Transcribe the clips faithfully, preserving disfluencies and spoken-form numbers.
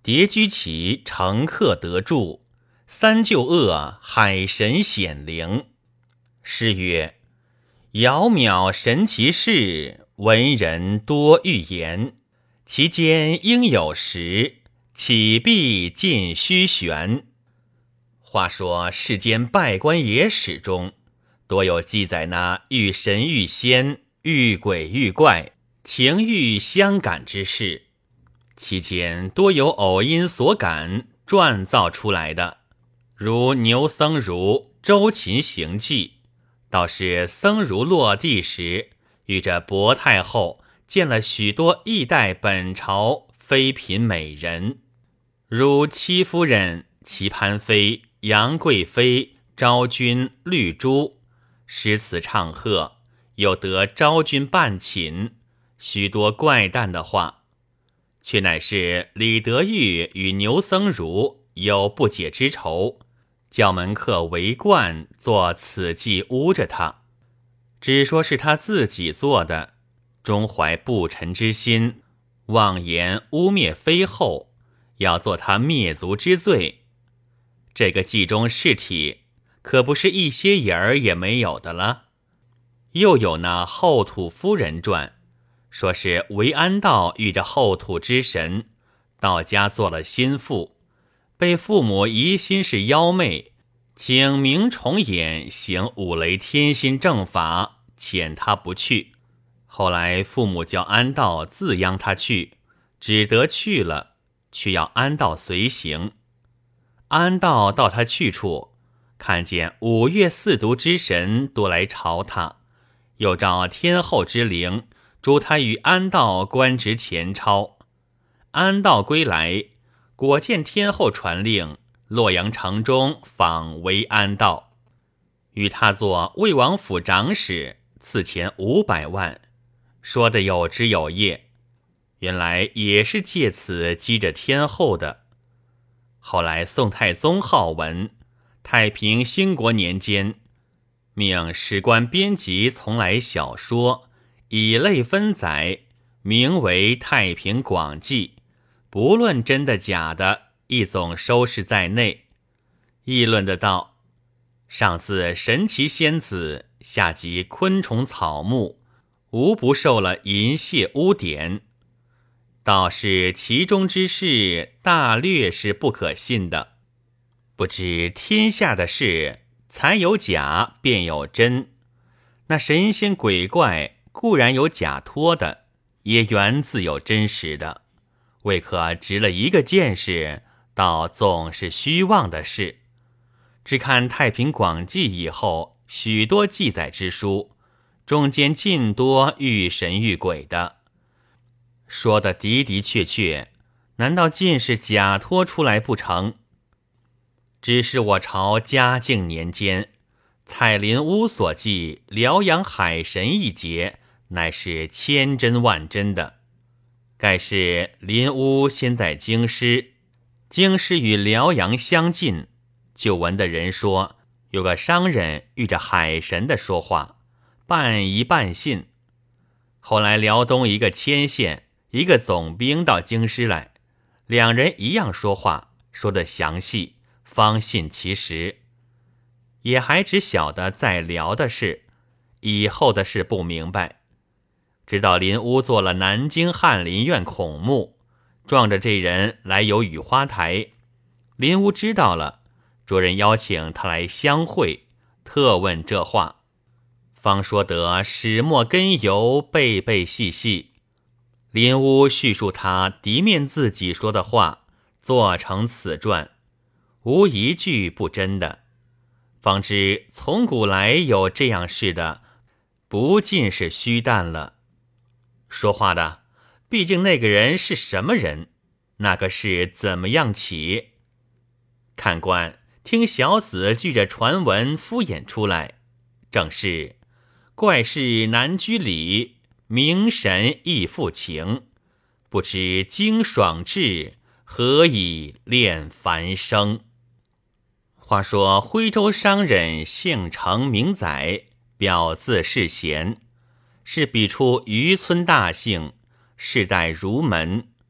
叠居其乘客得助，三救恶，海神显灵。诗曰：窈窕神奇事，文人多欲言。其间应有时，岂必尽虚玄。话说世间拜官野史中，多有记载那遇神遇仙、遇鬼遇怪、情欲相感之事，其间多有偶因所感撰造出来的，如牛僧孺周秦行记，倒是僧孺落地时，遇着薄太后见了许多历代本朝妃嫔美人，如戚夫人、齐潘妃、杨贵妃、昭君、绿珠，诗词唱和，又得昭君半寝，许多怪诞的话，却乃是李德裕与牛僧孺有不解之仇，叫门客围观做此计诬着他，只说是他自己做的，终怀不臣之心，妄言污蔑妃后，要做他灭族之罪。这个计中事体可不是一些影儿也没有的了。又有那后土夫人传，说是韦安道遇着后土之神，到家做了心腹，被父母疑心是妖媚，请明重眼行五雷天心正法，遣他不去。后来父母叫安道自央他去，只得去了，却要安道随行。安道到他去处，看见五岳四渎之神多来朝他，又召天后之灵，嘱他与安道官职前超。安道归来，果见天后传令，洛阳城中访韦安道，与他做魏王府长史，赐钱五百万，说的有枝有叶，原来也是借此激着天后的。后来宋太宗好文，太平兴国年间，命史官编辑从来小说，以类分载，名为《太平广记》，不论真的假的，一总收拾在内。议论得道，上自神奇仙子，下及昆虫草木，无不受了淫亵污点。倒是其中之事，大略是不可信的。不知天下的事，才有假，便有真。那神仙鬼怪固然有假托的，也源自有真实的，未可执了一个见识，倒总是虚妄的事。只看《太平广记》以后，许多记载之书，中间尽多遇神遇鬼的，说的的的确确，难道尽是假托出来不成？只是我朝嘉靖年间，蔡林屋所记辽阳海神一节，乃是千真万真的。盖是林屋先在京师，京师与辽阳相近，就闻的人说，有个商人遇着海神的说话，半疑半信。后来辽东一个牵线，一个总兵到京师来，两人一样说话，说得详细，方信其实。也还只晓得在辽的事，以后的事不明白。直到林屋做了南京翰林院孔目，撞着这人来游雨花台，林屋知道了，着人邀请他来相会，特问这话，方说得始末根由，背背细细。林屋叙述他敌面自己说的话，做成此传，无一句不真的。方知从古来有这样事的，不尽是虚诞了。说话的，毕竟那个人是什么人，那个事怎么样起？看官听小子据着传闻敷衍出来，正是怪事难居理，明神亦复情，不知经爽志，何以恋繁生。话说徽州商人姓程名载，表字世贤，是笔出渔村大姓，世代儒门。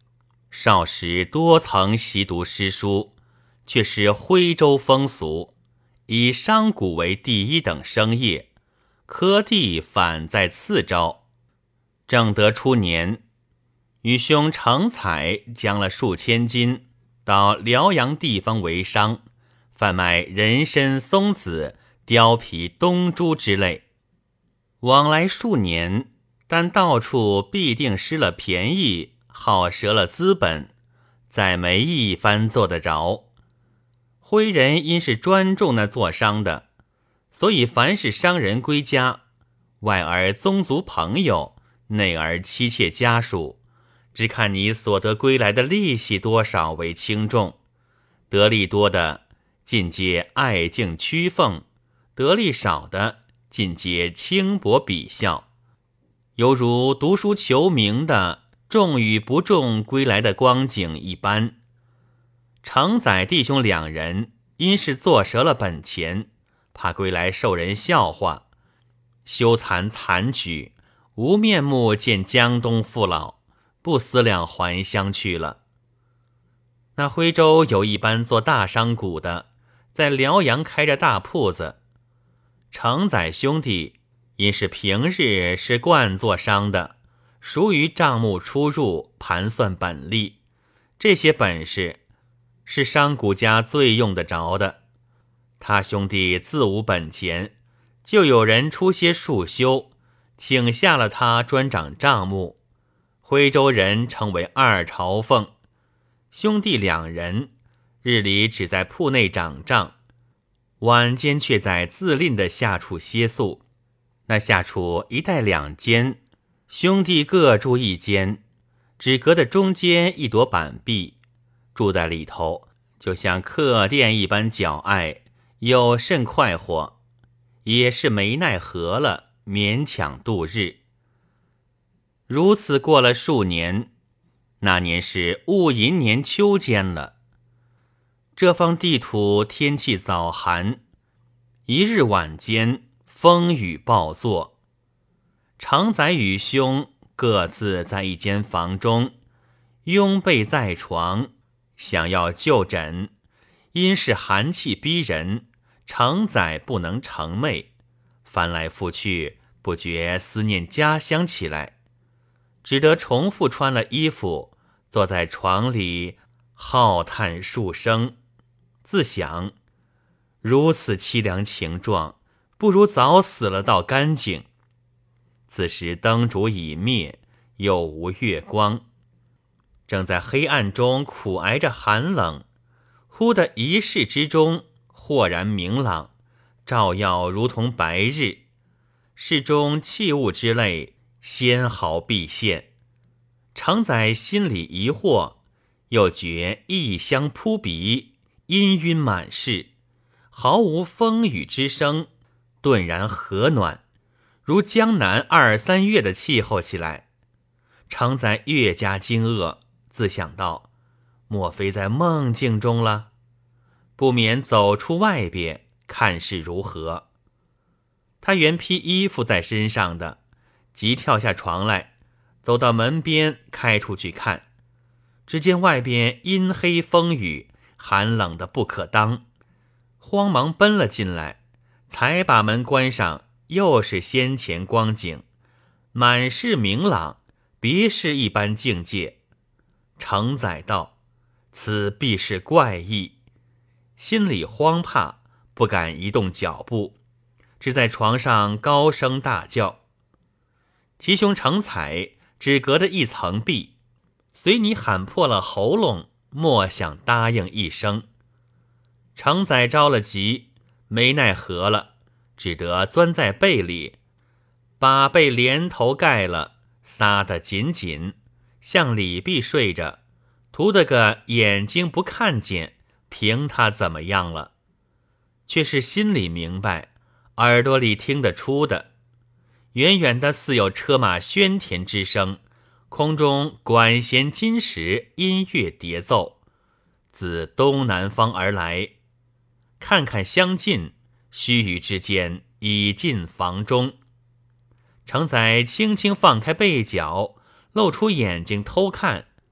少时多曾习读诗书，却是徽州风俗，以商贾为第一等生业，科第反在次招。正德初年，与兄程采将了数千金到辽阳地方为商，贩卖人参、松子、貂皮、东珠之类，往来数年，但到处必定失了便宜，好折了资本，再没一番做得着。徽人因是专重那做商的，所以凡是商人归家，外而宗族朋友，内而妻妾家属，只看你所得归来的利息多少为轻重，得利多的尽皆爱敬屈奉，得利少的尽皆轻薄鄙笑，犹如读书求名的重与不重归来的光景一般。程载弟兄两人因是做折了本钱，怕归来受人笑话，羞惭残举，无面目见江东父老，不思量还乡去了。那徽州有一般做大商贾的，在辽阳开着大铺子。程载兄弟因是平日是惯做商的，熟于账目出入，盘算本利，这些本事是商贾家最用得着的。他兄弟自无本钱，就有人出些束修，请下了他专掌账目。徽州人称为二朝奉。兄弟两人日里只在铺内掌账，晚间却在自吝的下处歇宿。那下处一带两间，兄弟各住一间，只隔的中间一朵板壁，住在里头就像客店一般皎爱，有甚快活，也是没奈何了，勉强度日。如此过了数年，那年是戊寅年秋间了。这方地土天气早寒，一日晚间风雨暴作。程载与兄各自在一间房中，拥被在床，想要就诊，因是寒气逼人，程载不能成寐，翻来覆去，不觉思念家乡起来，只得重复穿了衣服，坐在床里浩叹数声，自想如此凄凉情状，不如早死了倒干净。此时灯烛已灭，又无月光，正在黑暗中苦挨着寒冷，忽的一室之中豁然明朗，照耀如同白日，室中器物之类纤毫毕现。程载心里疑惑，又觉异香扑鼻，氤氲满室，毫无风雨之声，顿然和暖，如江南二三月的气候起来。程载越加惊愕，自想到莫非在梦境中了，不免走出外边看是如何。他原披衣服在身上的，即跳下床来，走到门边开出去看，只见外边阴黑风雨，寒冷的不可当，慌忙奔了进来，才把门关上，又是先前光景，满是明朗，别是一般境界。程载道：此必是怪异，心里慌怕，不敢移动脚步，只在床上高声大叫。其兄程采只隔着一层壁，随你喊破了喉咙，莫想答应一声。程载着了急，没奈何了，只得钻在被里，把被连头盖了，撒得紧紧，向里壁睡着，图得个眼睛不看见，凭他怎么样了。却是心里明白，耳朵里听得出的。远远的似有车马喧天之声，空中管弦金石，音乐叠奏，自东南方而来。看看相近，须臾之间已进房中。程载轻轻放开被角，露出眼睛偷看，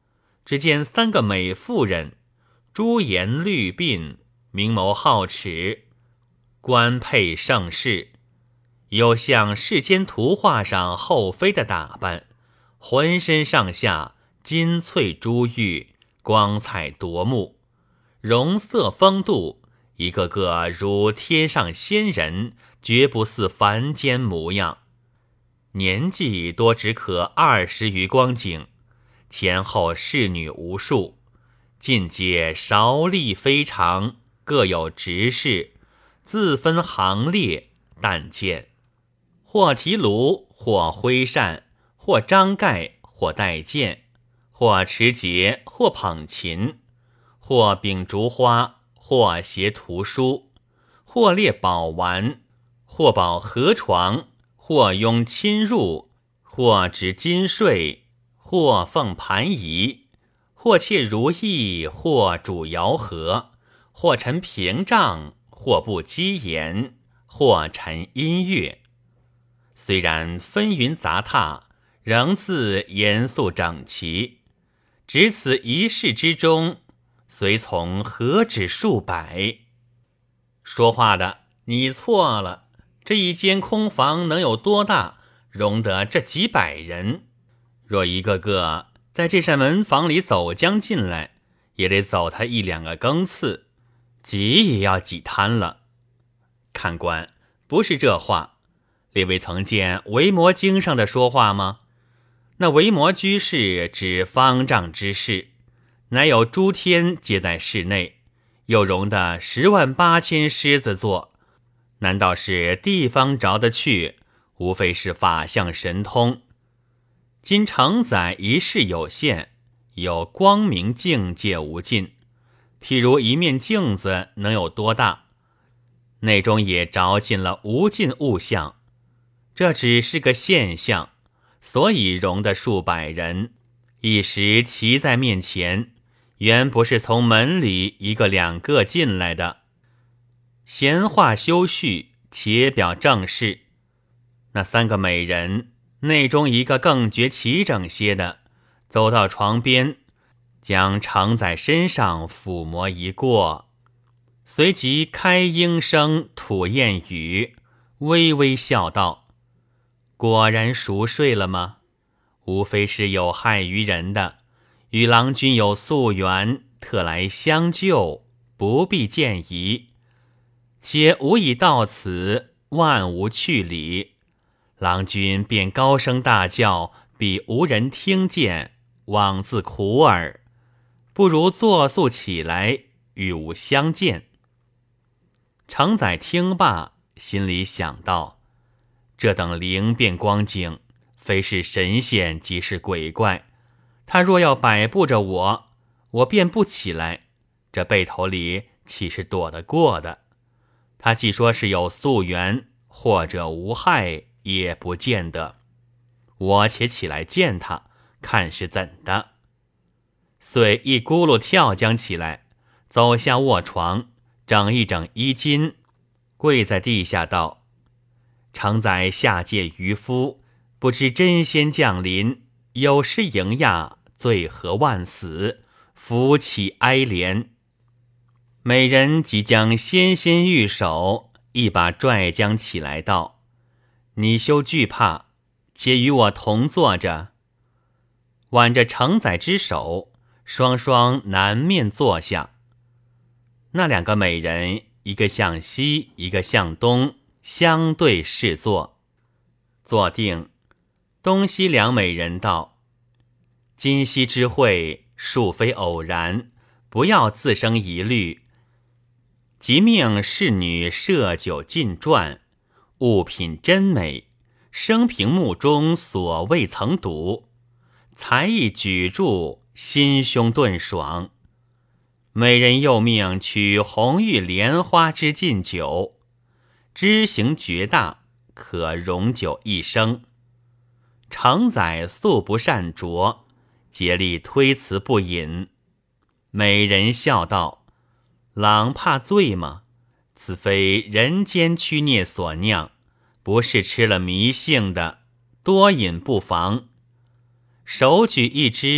只见三个美妇人，朱颜绿鬓，明眸皓齿，冠佩盛世，有像世间图画上后妃的打扮，浑身上下金翠珠玉，光彩夺目，容色风度，一个个如天上仙人，绝不似凡间模样。年纪多只可二十余光景，前后侍女无数，尽皆韶力非常，各有职事，自分行列。但见或提炉，或挥扇，或张盖，或带剑，或持节，或捧琴，或秉烛花，或携图书，或列宝丸，或保河床，或拥侵入，或执金税，或奉盘仪，或窃如意，或主瑶盒，或陈屏障，或布鸡言，或陈音乐。虽然纷纭杂沓，仍自严肃整齐。只此一室之中，随从何止数百？说话的，你错了。这一间空房能有多大，容得这几百人？若一个个在这扇门房里走将进来，也得走他一两个更次，挤也要挤瘫了。看官，不是这话。列位曾见维摩经上的说话吗？那维摩居士指方丈之事，乃有诸天皆在室内，又容得十万八千狮子座。难道是地方着得去？无非是法相神通。今承载一事有限，有光明境界无尽。譬如一面镜子能有多大？内中也着进了无尽物象。这只是个现象，所以容得数百人一时齐在面前，原不是从门里一个两个进来的。闲话休叙，且表正事。那三个美人，内中一个更觉齐整些的，走到床边，将承载身上抚摸一过，随即开莺声吐燕语，微微笑道：果然熟睡了吗？无非是有害于人的，与郎君有宿缘，特来相救，不必见疑。且吾已到此，万无去理。郎君便高声大叫，必无人听见，枉自苦耳。不如坐速起来，与吾相见。承载听罢，心里想到：这等灵变光景，非是神仙即是鬼怪。他若要摆布着我，我便不起来，这背头里岂是躲得过的？他既说是有宿缘，或者无害，也不见得。我且起来见他，看是怎的。遂一咕噜跳将起来，走下卧床，整一整衣襟，跪在地下道：承载下界渔夫，不知真仙降临，有失迎亚，罪何万死，扶起哀怜。美人即将纤纤玉手一把拽将起来道：你休惧怕，且与我同坐着。挽着承载之手，双双南面坐下。那两个美人，一个向西，一个向东，相对侍坐。坐定，东西两美人道：今夕之会，殊非偶然，不要自生疑虑。即命侍女设酒进馔，物品真美，生平目中所未曾睹。才艺举箸，心胸顿爽。美人又命取红玉莲花之劲酒，枝形绝大，可容酒一升。承载素不善酌，竭力推辞不饮。美人笑道：郎怕醉吗？此非人间曲孽所酿，不是吃了迷性的，多饮不妨。手举一支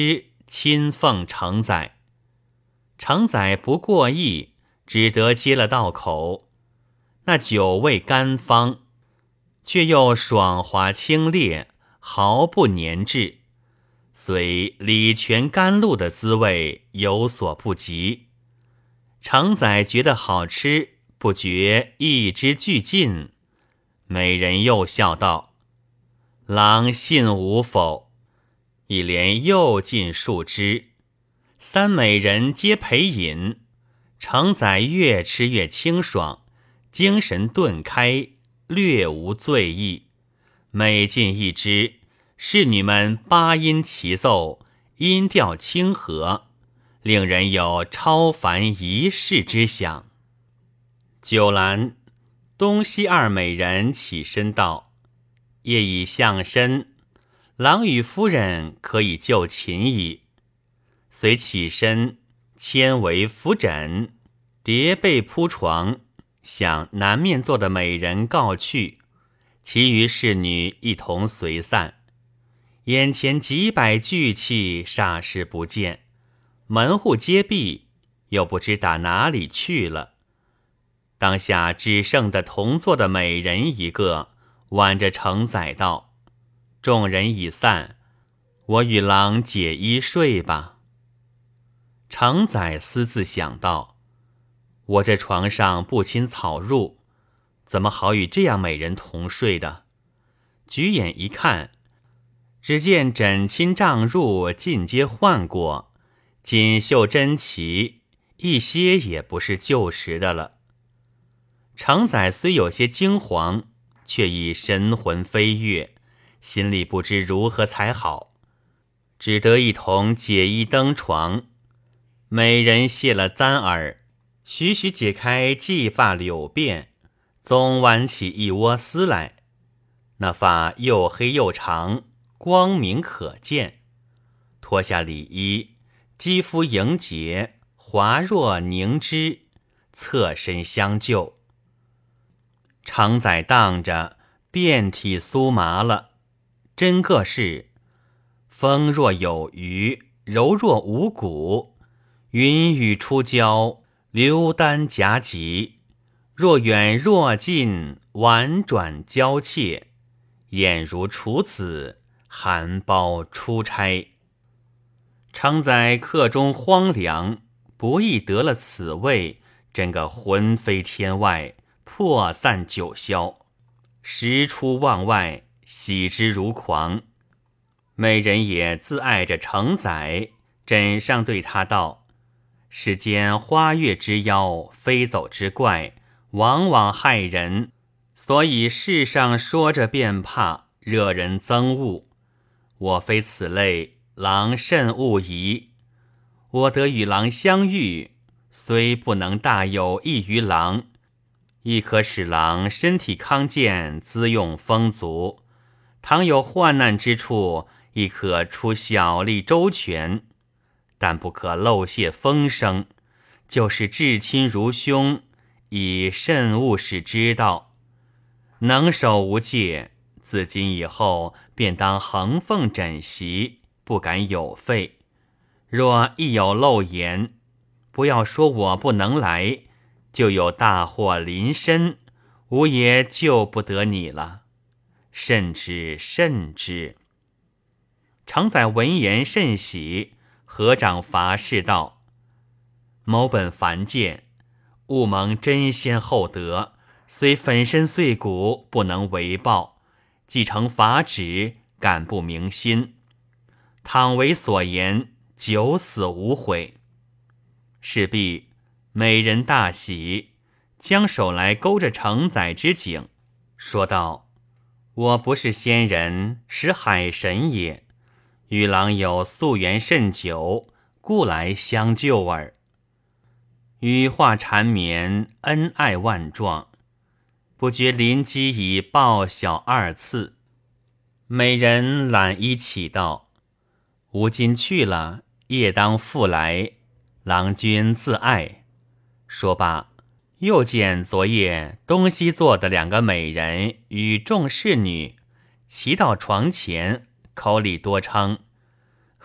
亲奉承载。承载不过意，只得接了道口。那酒味甘芳，却又爽滑清冽，毫不粘滞，虽礼泉甘露的滋味有所不及。承载觉得好吃，不觉一之俱尽。美人又笑道：郎信吾否？一连又进数支，三美人皆陪饮。承载越吃越清爽，精神顿开，略无醉意。每进一支，侍女们八音齐奏，音调清和，令人有超凡一世之想。酒阑，东西二美人起身道：夜已向深，郎与夫人可以就寝矣。遂起身，牵围扶枕，叠被铺床，向南面坐的美人告去，其余侍女一同随散。眼前几百巨器霎时不见，门户皆闭，又不知打哪里去了。当下只剩的同坐的美人一个，挽着承载道：众人已散，我与郎解衣睡吧。承载私自想到：我这床上不侵草褥，怎么好与这样美人同睡的？举眼一看，只见枕侵帐褥尽皆换过，锦绣珍奇，一些也不是旧时的了。承载虽有些惊惶，却已神魂飞跃，心里不知如何才好，只得一同解衣登床。美人卸了簪耳，徐徐解开髻发柳辫，总挽起一窝丝来。那发又黑又长，光明可见。脱下里衣，肌肤莹洁，滑若凝脂，侧身相救。承载荡着，遍体酥麻了。真个是风若有余，柔若无骨，云雨出交，流丹夹击，若远若近，婉转娇怯，眼如处子，含苞出差。承载客中荒凉，不易得了此味，真个魂飞天外，破散九霄，时出望外，喜之如狂。美人也自爱着承载，枕上对他道：世间花月之妖，飞走之怪，往往害人，所以世上说着便怕，惹人憎恶。我非此类，郎甚勿疑。我得与郎相遇，虽不能大有益于郎，亦可使郎身体康健，资用丰足。倘有患难之处，亦可出小力周全，但不可漏泄风声，就是至亲如兄，以慎勿使知道。能守无戒，自今以后便当横奉枕席，不敢有废。若亦有漏言，不要说我不能来，就有大祸临身，吾也救不得你了。慎之慎之。承载闻言甚喜，合掌伐誓道：某本凡见，勿蒙真仙厚德，虽粉身碎骨，不能为报，既承法旨，敢不明心。倘为所言，九死无悔。势必美人大喜，将手来勾着承载之颈，说道：我不是仙人，是海神也，与郎有夙缘甚久，故来相救耳。语话缠绵，恩爱万状，不觉临机已报晓二次。美人揽衣起道：吾今去了，夜当复来，郎君自爱。说罢，又见昨夜东西坐的两个美人与众侍女，齐到床前，口里多称：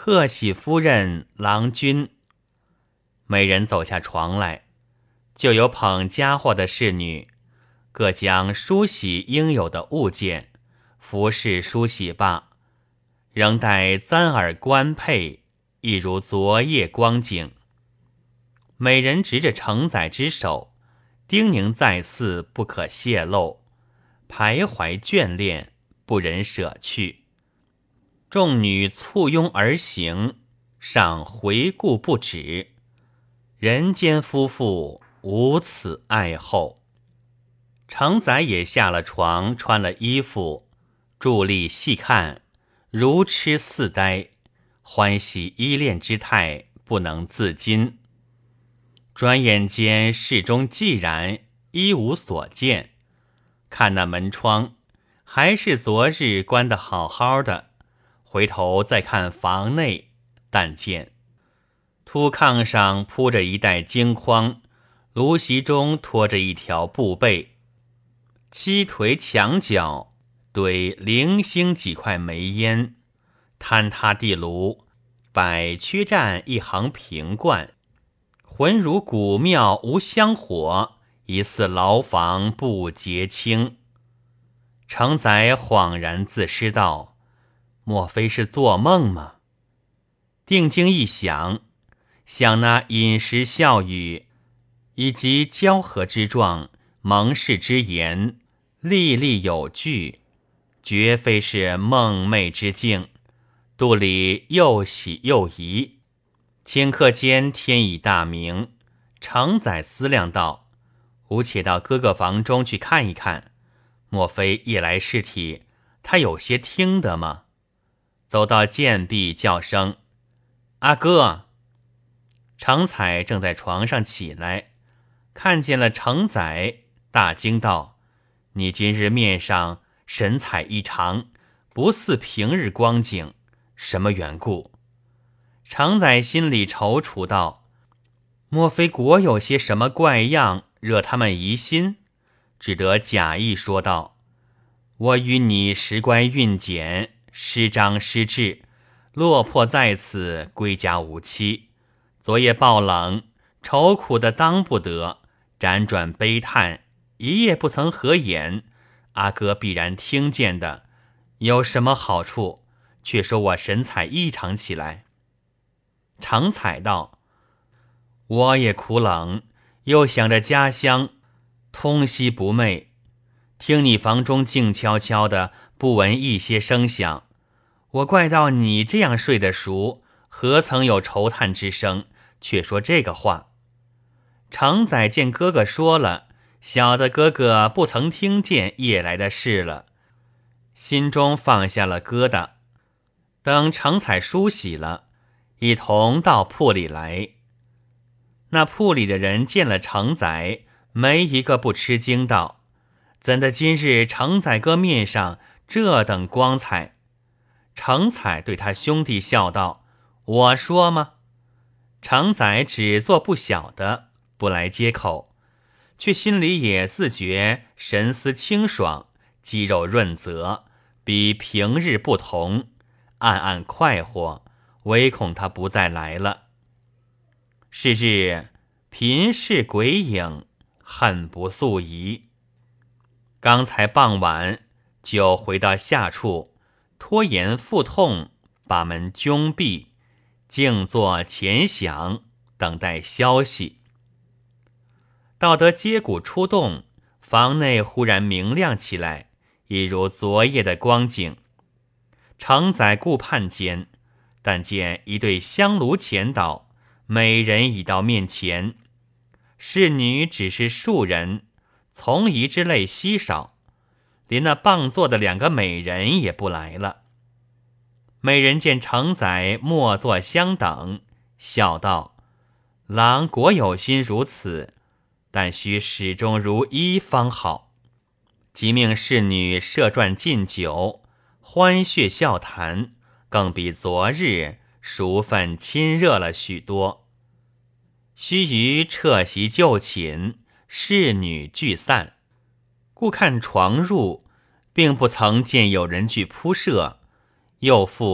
贺喜夫人、郎君。美人走下床来，就有捧家伙的侍女，各将梳洗应有的物件，服侍梳洗罢，仍待簪耳冠佩，一如昨夜光景。美人执着承载之手，叮咛再四，不可泄露，徘徊眷恋，不忍舍去。众女簇拥而行，尚回顾不止。人间夫妇无此爱厚。承载也下了床，穿了衣服，伫立细看，如痴似呆，欢喜依恋之态不能自禁。转眼间室中寂然，一无所见。看那门窗，还是昨日关得好好的，回头再看房内，但见凸炕上铺着一袋荆筐，炉席中拖着一条布被，七颓墙角堆零星几块煤烟，坍塌地炉摆缺占一行瓶罐，浑如古庙无香火，疑似牢房不洁清。承载恍然自失道：莫非是做梦吗？定睛一想，想那饮食笑语，以及交合之状，盟誓之言，历历有据，绝非是梦寐之境，肚里又喜又疑。顷刻间天已大明，承载思量道：吾且到哥哥房中去看一看，莫非夜来尸体，他有些听得吗？走到涧壁，叫声：阿哥！承载正在床上起来，看见了承载，大惊道：你今日面上神采异常，不似平日光景，什么缘故？承载心里踌躇道：莫非果有些什么怪样，惹他们疑心？只得假意说道：我与你时乖运简，失章失志，落魄在此，归家无期。昨夜暴冷，愁苦的当不得，辗转悲叹，一夜不曾合眼。阿哥必然听见的，有什么好处？却说我神采异常起来。承载道：我也苦冷，又想着家乡，通夕不寐。听你房中静悄悄的，不闻一些声响。我怪到你这样睡得熟，何曾有愁叹之声，却说这个话。承载见哥哥说了，晓得哥哥不曾听见夜来的事了，心中放下了疙瘩。等承载梳洗了，一同到铺里来。那铺里的人见了承载，没一个不吃惊道：怎的今日承载哥面上这等光彩？承载对他兄弟笑道：我说吗？承载只做不晓得，不来接口，却心里也自觉神思清爽，肌肉润泽，比平日不同，暗暗快活，唯恐他不再来了。是日频视鬼影，恨不速移。刚才傍晚就回到下处，拖延腹痛，把门扃闭，静坐前想，等待消息。到得接鼓出动，房内忽然明亮起来，一如昨夜的光景。承载顾盼间，但见一对香炉前倒，美人已到面前。侍女只是数人，从仪之类稀少，连那傍坐的两个美人也不来了。美人见承载默坐相等，笑道：郎果有心如此，但须始终如一方好。即命侍女设馔进酒，欢谑笑谈，更比昨日熟分亲热了许多。须臾撤席就寝，侍女俱散，故看床褥，并不曾见有人具铺设，又复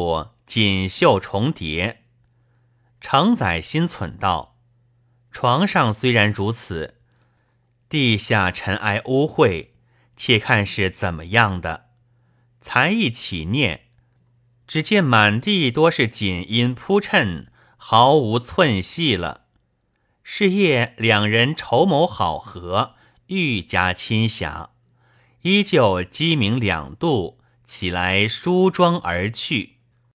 锦绣重叠。承载心忖道：床上虽然如此，地下尘埃污秽，且看是怎么样的。才一起念，只见满地多是锦衣铺衬，毫无寸细了。是夜两人筹谋好合，愈加亲狭，依旧鸡鸣两度，起来梳妆而去。